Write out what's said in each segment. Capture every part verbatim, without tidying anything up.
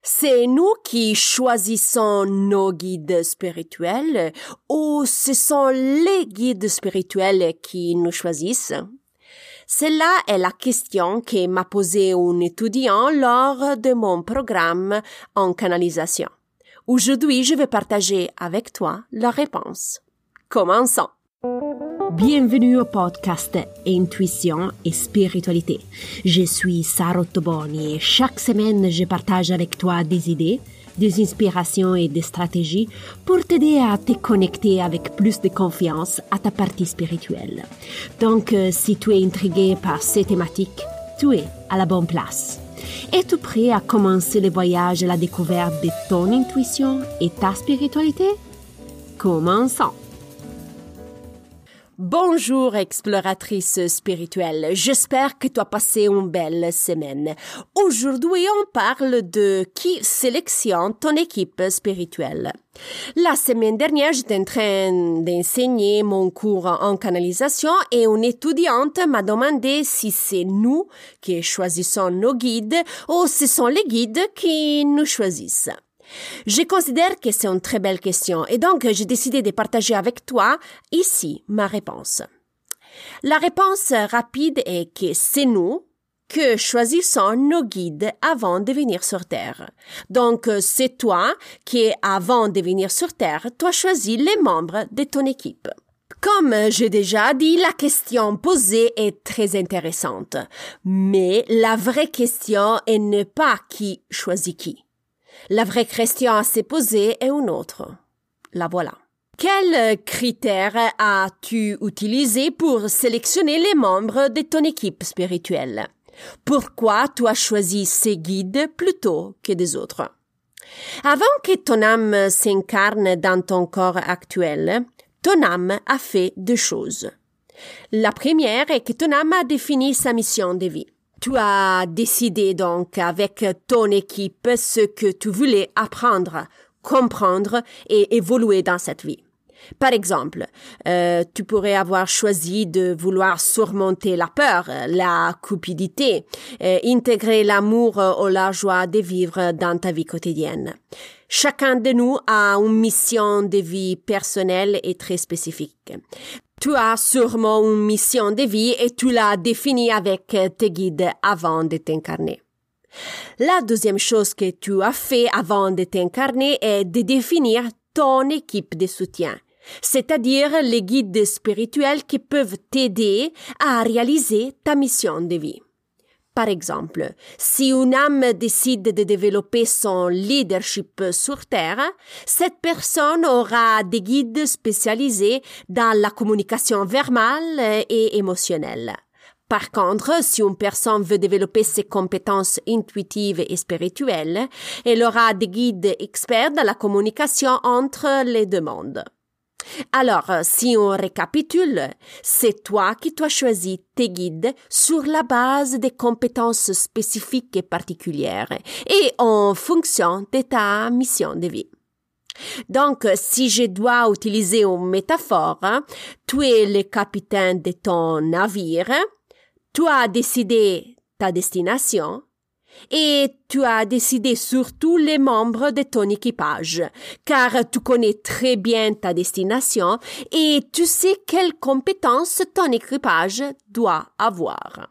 C'est nous qui choisissons nos guides spirituels ou ce sont les guides spirituels qui nous choisissent? Cela est la question que m'a posée un étudiant lors de mon programme en canalisation. Aujourd'hui, je vais partager avec toi la réponse. Commençons. Bienvenue au podcast Intuition et Spiritualité. Je suis Sarah Ottoboni et chaque semaine, je partage avec toi des idées, des inspirations et des stratégies pour t'aider à te connecter avec plus de confiance à ta partie spirituelle. Donc, si tu es intrigué par ces thématiques, tu es à la bonne place. Es-tu prêt à commencer le voyage à la découverte de ton intuition et ta spiritualité? Commençons! Bonjour exploratrice spirituelle, j'espère que tu as passé une belle semaine. Aujourd'hui, on parle de qui sélectionne ton équipe spirituelle. La semaine dernière, j'étais en train d'enseigner mon cours en canalisation et une étudiante m'a demandé si c'est nous qui choisissons nos guides ou ce sont les guides qui nous choisissent. Je considère que c'est une très belle question et donc j'ai décidé de partager avec toi ici ma réponse. La réponse rapide est que c'est nous que choisissons nos guides avant de venir sur Terre. Donc c'est toi qui, avant de venir sur Terre, tu as choisi les membres de ton équipe. Comme j'ai déjà dit, la question posée est très intéressante. Mais la vraie question n'est pas qui choisit qui. La vraie question à se poser est une autre. La voilà. Quels critères as-tu utilisé pour sélectionner les membres de ton équipe spirituelle? Pourquoi tu as choisi ces guides plutôt que des autres? Avant que ton âme s'incarne dans ton corps actuel, ton âme a fait deux choses. La première est que ton âme a défini sa mission de vie. Tu as décidé donc avec ton équipe ce que tu voulais apprendre, comprendre et évoluer dans cette vie. Par exemple, euh, tu pourrais avoir choisi de vouloir surmonter la peur, la cupidité, euh, intégrer l'amour ou la joie de vivre dans ta vie quotidienne. Chacun de nous a une mission de vie personnelle et très spécifique. Tu as sûrement une mission de vie et tu l'as définie avec tes guides avant de t'incarner. La deuxième chose que tu as fait avant de t'incarner est de définir ton équipe de soutien, c'est-à-dire les guides spirituels qui peuvent t'aider à réaliser ta mission de vie. Par exemple, si une âme décide de développer son leadership sur Terre, cette personne aura des guides spécialisés dans la communication verbale et émotionnelle. Par contre, si une personne veut développer ses compétences intuitives et spirituelles, elle aura des guides experts dans la communication entre les deux mondes. Alors, si on récapitule, c'est toi qui dois choisir tes guides sur la base des compétences spécifiques et particulières et en fonction de ta mission de vie. Donc, si je dois utiliser une métaphore, tu es le capitaine de ton navire, tu as décidé ta destination, et tu as décidé surtout les membres de ton équipage, car tu connais très bien ta destination et tu sais quelles compétences ton équipage doit avoir.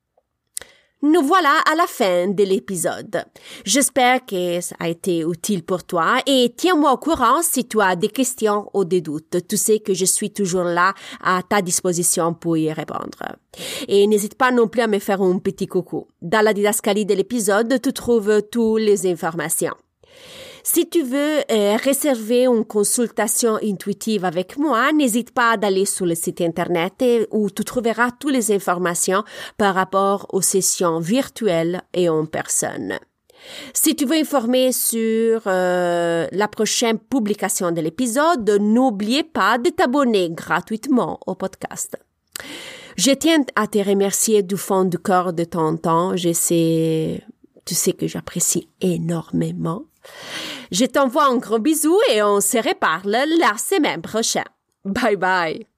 Nous voilà à la fin de l'épisode. J'espère que ça a été utile pour toi et tiens-moi au courant si tu as des questions ou des doutes. Tu sais que je suis toujours là à ta disposition pour y répondre. Et n'hésite pas non plus à me faire un petit coucou. Dans la didascalie de l'épisode, tu trouves toutes les informations. Si tu veux euh, réserver une consultation intuitive avec moi, n'hésite pas d'aller sur le site internet et, où tu trouveras toutes les informations par rapport aux sessions virtuelles et en personne. Si tu veux informer sur euh, la prochaine publication de l'épisode, n'oublie pas de t'abonner gratuitement au podcast. Je tiens à te remercier du fond du cœur de ton temps. Je sais, tu sais que j'apprécie énormément. Je t'envoie un gros bisou et on se reparle la semaine prochaine. Bye bye!